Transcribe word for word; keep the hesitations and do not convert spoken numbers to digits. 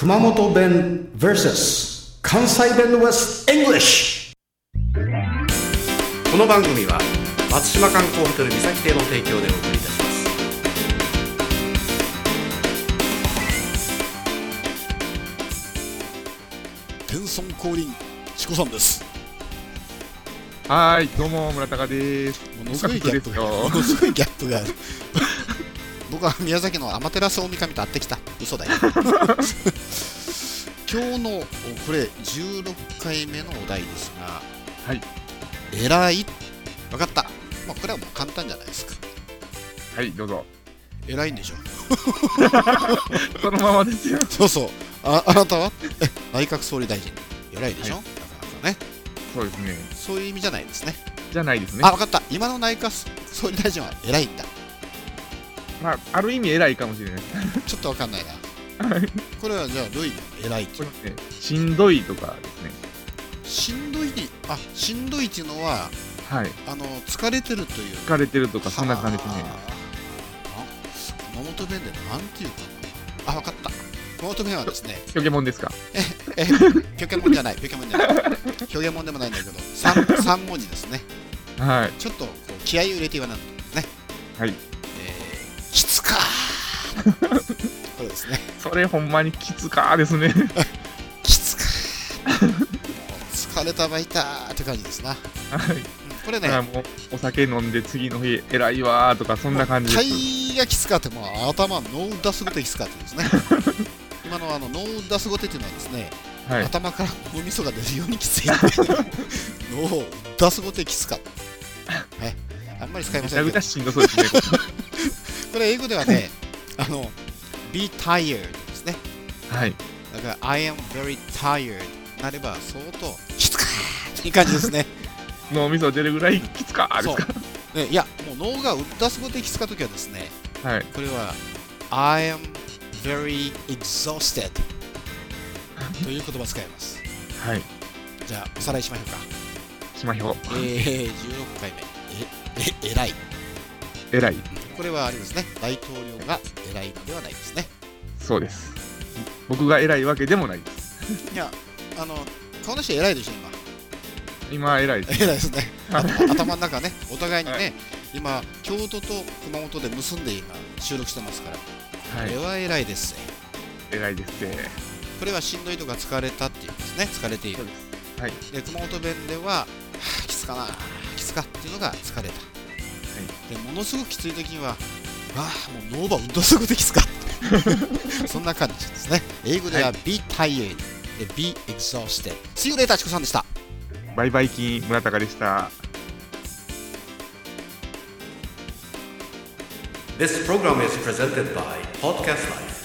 熊本弁 vs 関西弁 with English。 この番組は松島観光ホテル三崎邸の提供でお送りいたします。 天孫降臨チコさんです。 はい、どうも村高です。 ものすごいギャップがものすごいギャップがある僕は宮崎の天照大神と会ってきた。嘘だよ今日のこれじゅうろっかいめのお題ですが、 はい、 えらい。分かった、まあ、これはもう簡単じゃないですか。 はい、どうぞ。 えらいんでしょそのままですよ。 そうそう、 あ, あなたは内閣総理大臣えらいでしょ、はい、なかなかね。 そうですね。 そういう意味じゃないですね。 じゃないですね。 あ、分かった、今の内閣総理大臣はえらいんだ。 まあ、ある意味偉いかもしれないちょっと分かんないなこれはじゃあどういう意味偉いって、 ね、しんどいとかですね。 しんどいに、あ、しんどいっていうのは、 はい、 あの疲れてるという、 疲れてるとかそんな感じですね。 熊本弁でなんていうかなあ、分かった。熊本弁はですね、 ピョケモンですか。 ええピョケモンじゃないピョケモンじゃないピョケモンでもないんだけど 3, 三文字ですね。 はい、 ちょっとこう気合を入れて言わないとね。はい、えー、きつかーこれですね。 それほんまにきつかーですねきつかー疲れたばいたーって感じですな。はい、これね、 もうお酒飲んで次の日偉いわーとかそんな感じです。 体がきつかってもう頭ノーダスゴテきつかってですね今のあのノーダスゴテっていうのはですね、はい、頭から脳みそが出るようにきついノーダスゴテきつか、はい、あんまり使いませんけど、めちゃくちゃしんどそうですねこれ英語ではね、あの be tired ですね。はい、だから I am very tired なれば相当きつかーっていう感じですね脳みそ出るぐらいきつかーですか。 ね、いや、もう脳がダスゴテきつかときはですね、はい、これは I am very exhausted という言葉を使います。はい、じゃあおさらいしましょうか。 しましょう。 えー、じゅうろっかいめ、え、え、えらい。 えらい。 これはあれですね、大統領が偉いのではないですね。 そうです。僕が偉いわけでもないですいや、あの、顔の人偉いでしょ、今。 今偉いです、 ね、偉いですね頭の中ね、お互いにね、はい、今京都と熊本で結んで今収録してますから、はい、これは偉いですね。 偉いですね。 これはしんどいとか疲れたっていうんですね。疲れている。そうです、はい、で熊本弁では、はあ、きつかなきつかっていうのが疲れた、はい、でものすごくきつい時にはああもうノーバウンドすぐできつかそんな感じですね。英語では、はい、be tired で be exhausted。 See you later、チコさんでした。 バイバイキン村高でした。 This program is presented by Podcast Life。